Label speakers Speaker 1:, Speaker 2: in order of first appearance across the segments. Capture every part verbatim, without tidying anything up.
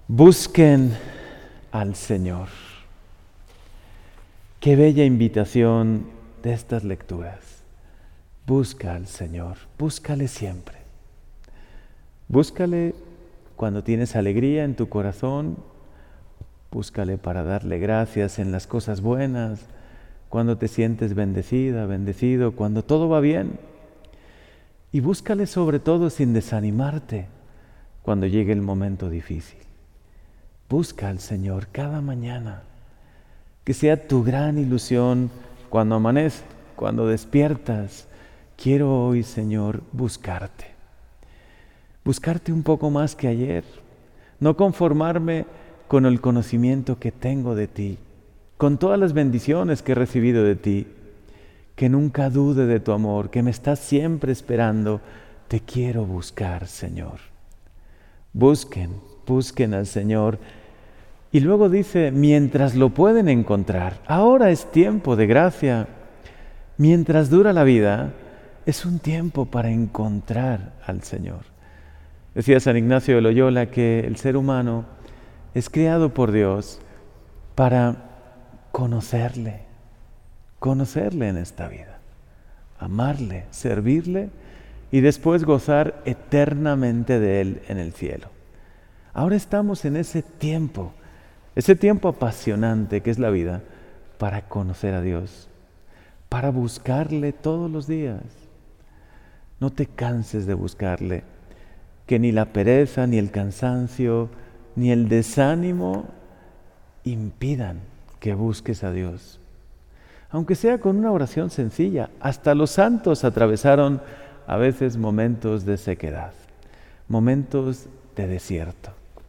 Speaker 1: Busquen al Señor. Qué bella invitación de estas lecturas. Busca al Señor, búscale siempre. Búscale cuando tienes alegría en tu corazón, búscale para darle gracias en las cosas buenas, cuando te sientes bendecida, bendecido, cuando todo va bien. Y búscale sobre todo sin desanimarte cuando llegue el momento difícil. Busca al Señor cada mañana. Que sea tu gran ilusión cuando amanece, cuando despiertas. Quiero hoy, Señor, buscarte. Buscarte un poco más que ayer. No conformarme con el conocimiento que tengo de ti, con todas las bendiciones que he recibido de ti. Que nunca dude de tu amor, que me estás siempre esperando. Te quiero buscar, Señor. Busquen, busquen al Señor. Y luego dice, mientras lo pueden encontrar. Ahora es tiempo de gracia. Mientras dura la vida, es un tiempo para encontrar al Señor. Decía San Ignacio de Loyola que el ser humano es creado por Dios para conocerle, conocerle en esta vida, amarle, servirle y después gozar eternamente de Él en el cielo. Ahora estamos en ese tiempo, ese tiempo apasionante que es la vida, para conocer a Dios, para buscarle todos los días. No te canses de buscarle, que ni la pereza, ni el cansancio, ni el desánimo impidan que busques a Dios. Aunque sea con una oración sencilla, hasta los santos atravesaron a veces momentos de sequedad, momentos de desierto.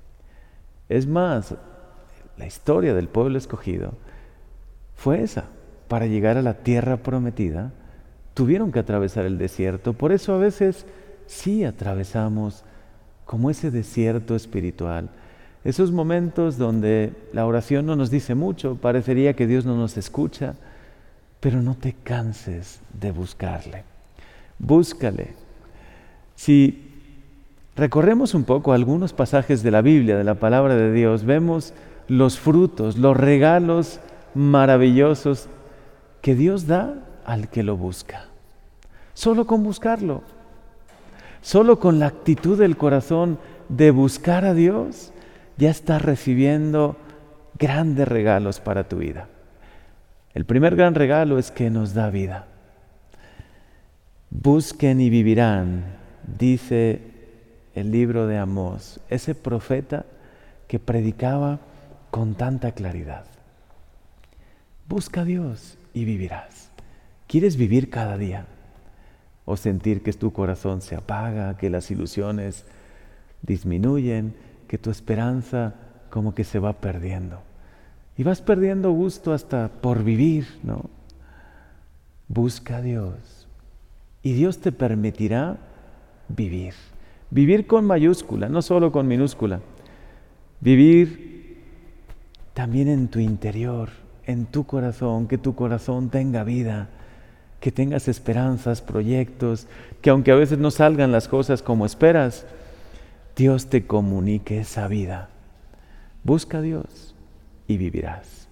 Speaker 1: Es más, la historia del pueblo escogido fue esa. Para llegar a la tierra prometida, tuvieron que atravesar el desierto. Por eso a veces sí atravesamos como ese desierto espiritual. Esos momentos donde la oración no nos dice mucho, parecería que Dios no nos escucha, pero no te canses de buscarle. Búscale. Si recorremos un poco algunos pasajes de la Biblia, de la palabra de Dios, vemos los frutos, los regalos maravillosos que Dios da al que lo busca. Solo con buscarlo, solo con la actitud del corazón de buscar a Dios, ya estás recibiendo grandes regalos para tu vida. El primer gran regalo es que nos da vida. Busquen y vivirán, dice el libro de Amós, ese profeta que predicaba con tanta claridad. Busca a Dios y vivirás. ¿Quieres vivir cada día? ¿O sentir que tu corazón se apaga, que las ilusiones disminuyen, que tu esperanza como que se va perdiendo? Y vas perdiendo gusto hasta por vivir, ¿no? Busca a Dios y Dios te permitirá vivir. Vivir con mayúscula, no solo con minúscula. Vivir también en tu interior, en tu corazón, que tu corazón tenga vida, que tengas esperanzas, proyectos, que aunque a veces no salgan las cosas como esperas, Dios te comunique esa vida. Busca a Dios y vivirás.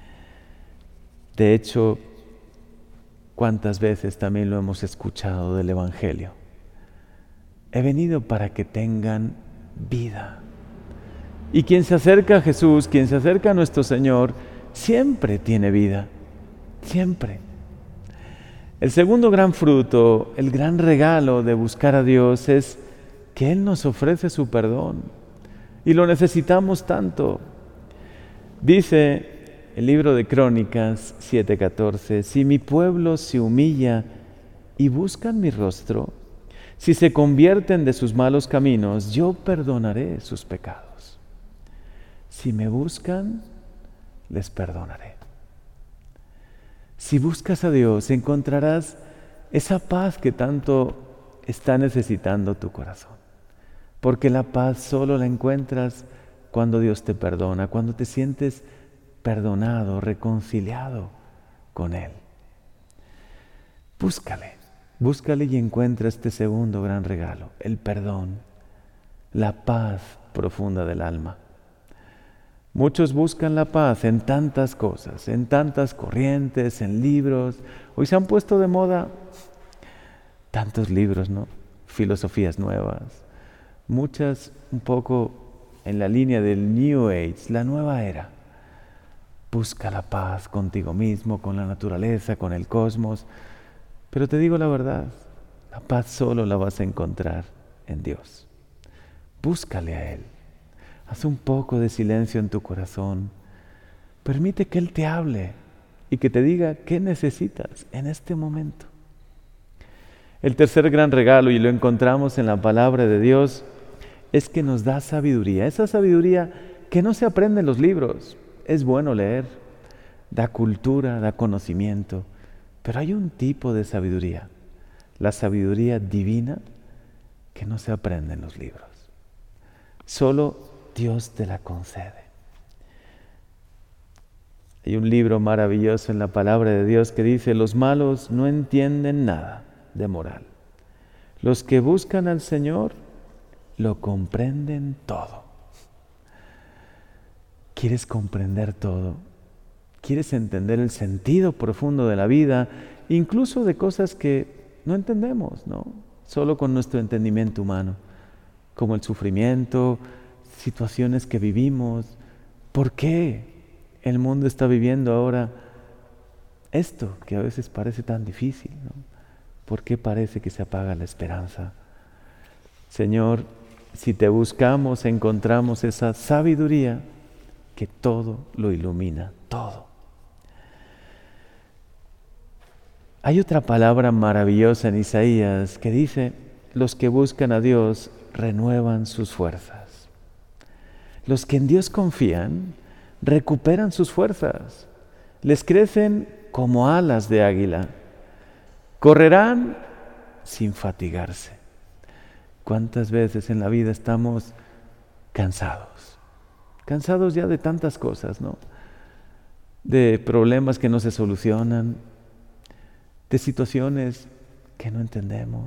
Speaker 1: De hecho, ¿cuántas veces también lo hemos escuchado del Evangelio? He venido para que tengan vida. Y quien se acerca a Jesús, quien se acerca a nuestro Señor, siempre tiene vida, siempre. El segundo gran fruto, el gran regalo de buscar a Dios es que Él nos ofrece su perdón y lo necesitamos tanto. Dice el libro de Crónicas siete catorce, si mi pueblo se humilla y buscan mi rostro, si se convierten de sus malos caminos, yo perdonaré sus pecados. Si me buscan, les perdonaré. Si buscas a Dios, encontrarás esa paz que tanto está necesitando tu corazón. Porque la paz solo la encuentras cuando Dios te perdona, cuando te sientes perdonado, reconciliado con Él. Búscale, búscale y encuentra este segundo gran regalo, el perdón, la paz profunda del alma. Muchos buscan la paz en tantas cosas, en tantas corrientes, en libros. Hoy se han puesto de moda tantos libros, ¿no? Filosofías nuevas, muchas un poco en la línea del New Age, la nueva era. Busca la paz contigo mismo, con la naturaleza, con el cosmos. Pero te digo la verdad, la paz solo la vas a encontrar en Dios. Búscale a Él. Haz un poco de silencio en tu corazón. Permite que Él te hable y que te diga qué necesitas en este momento. El tercer gran regalo, y lo encontramos en la palabra de Dios, es que nos da sabiduría. Esa sabiduría que no se aprende en los libros. Es bueno leer, da cultura, da conocimiento, pero hay un tipo de sabiduría, la sabiduría divina, que no se aprende en los libros. Solo Dios te la concede. Hay un libro maravilloso en la palabra de Dios que dice: los malos no entienden nada de moral. Los que buscan al Señor lo comprenden todo. ¿Quieres comprender todo? ¿Quieres entender el sentido profundo de la vida, incluso de cosas que no entendemos, ¿no? Solo con nuestro entendimiento humano, como el sufrimiento, situaciones que vivimos? ¿Por qué el mundo está viviendo ahora esto que a veces parece tan difícil, ¿no? ¿Por qué parece que se apaga la esperanza? Señor, si te buscamos, encontramos esa sabiduría que todo lo ilumina, todo. Hay otra palabra maravillosa en Isaías que dice: los que buscan a Dios renuevan sus fuerzas. Los que en Dios confían recuperan sus fuerzas, les crecen como alas de águila, correrán sin fatigarse. ¿Cuántas veces en la vida estamos cansados? Cansados ya de tantas cosas, ¿no? De problemas que no se solucionan, de situaciones que no entendemos,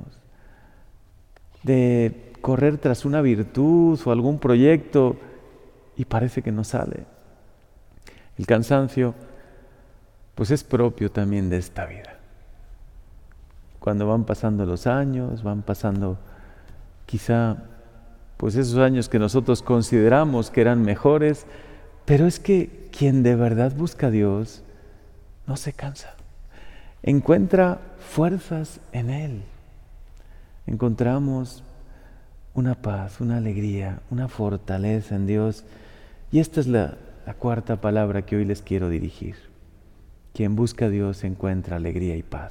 Speaker 1: de correr tras una virtud o algún proyecto y parece que no sale. El cansancio, pues es propio también de esta vida. Cuando van pasando los años, van pasando quizá pues esos años que nosotros consideramos que eran mejores, pero es que quien de verdad busca a Dios no se cansa. Encuentra fuerzas en Él. Encontramos una paz, una alegría, una fortaleza en Dios. Y esta es la, la cuarta palabra que hoy les quiero dirigir. Quien busca a Dios encuentra alegría y paz.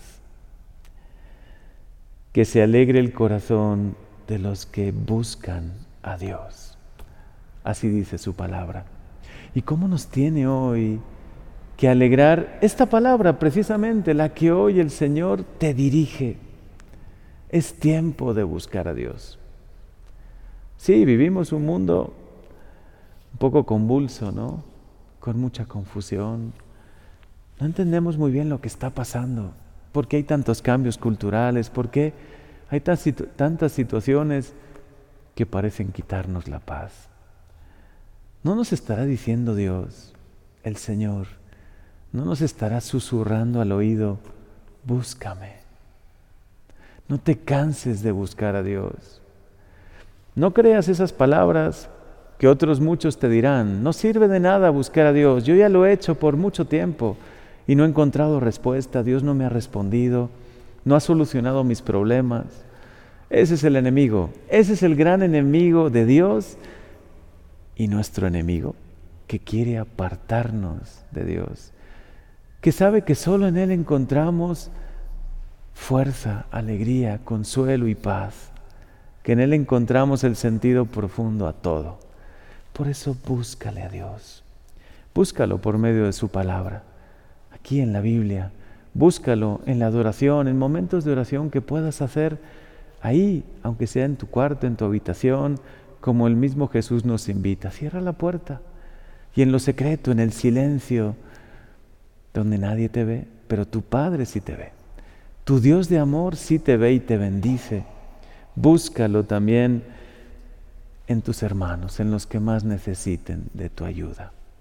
Speaker 1: Que se alegre el corazón de los que buscan a Dios. Así dice su palabra. ¿Y cómo nos tiene hoy que alegrar esta palabra, precisamente la que hoy el Señor te dirige? Es tiempo de buscar a Dios. Sí, vivimos un mundo un poco convulso, ¿no? Con mucha confusión. No entendemos muy bien lo que está pasando. ¿Por qué hay tantos cambios culturales? ¿Por qué hay tantas situaciones que parecen quitarnos la paz? ¿No nos estará diciendo Dios, el Señor, no nos estará susurrando al oído: búscame? No te canses de buscar a Dios. No creas esas palabras que otros muchos te dirán: no sirve de nada buscar a Dios, yo ya lo he hecho por mucho tiempo y no he encontrado respuesta, Dios no me ha respondido, no ha solucionado mis problemas. Ese es el enemigo, ese es el gran enemigo de Dios y nuestro enemigo, que quiere apartarnos de Dios, que sabe que solo en Él encontramos fuerza, alegría, consuelo y paz, que en Él encontramos el sentido profundo a todo. Por eso búscale a Dios, búscalo por medio de su palabra, aquí en la Biblia. Búscalo en la adoración, en momentos de oración que puedas hacer ahí, aunque sea en tu cuarto, en tu habitación, como el mismo Jesús nos invita. Cierra la puerta y en lo secreto, en el silencio, donde nadie te ve, pero tu Padre sí te ve. Tu Dios de amor sí te ve y te bendice. Búscalo también en tus hermanos, en los que más necesiten de tu ayuda.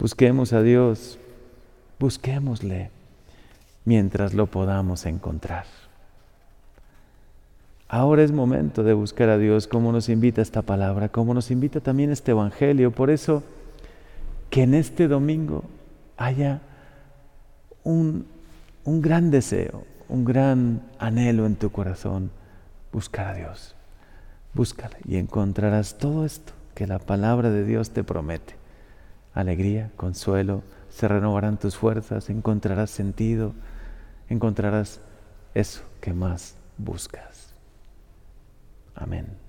Speaker 1: Busquemos a Dios, busquémosle mientras lo podamos encontrar. Ahora es momento de buscar a Dios, como nos invita esta palabra, como nos invita también este Evangelio. Por eso, que en este domingo haya un, un gran deseo, un gran anhelo en tu corazón, buscar a Dios. Búscale y encontrarás todo esto que la palabra de Dios te promete. Alegría, consuelo, se renovarán tus fuerzas, encontrarás sentido, encontrarás eso que más buscas. Amén.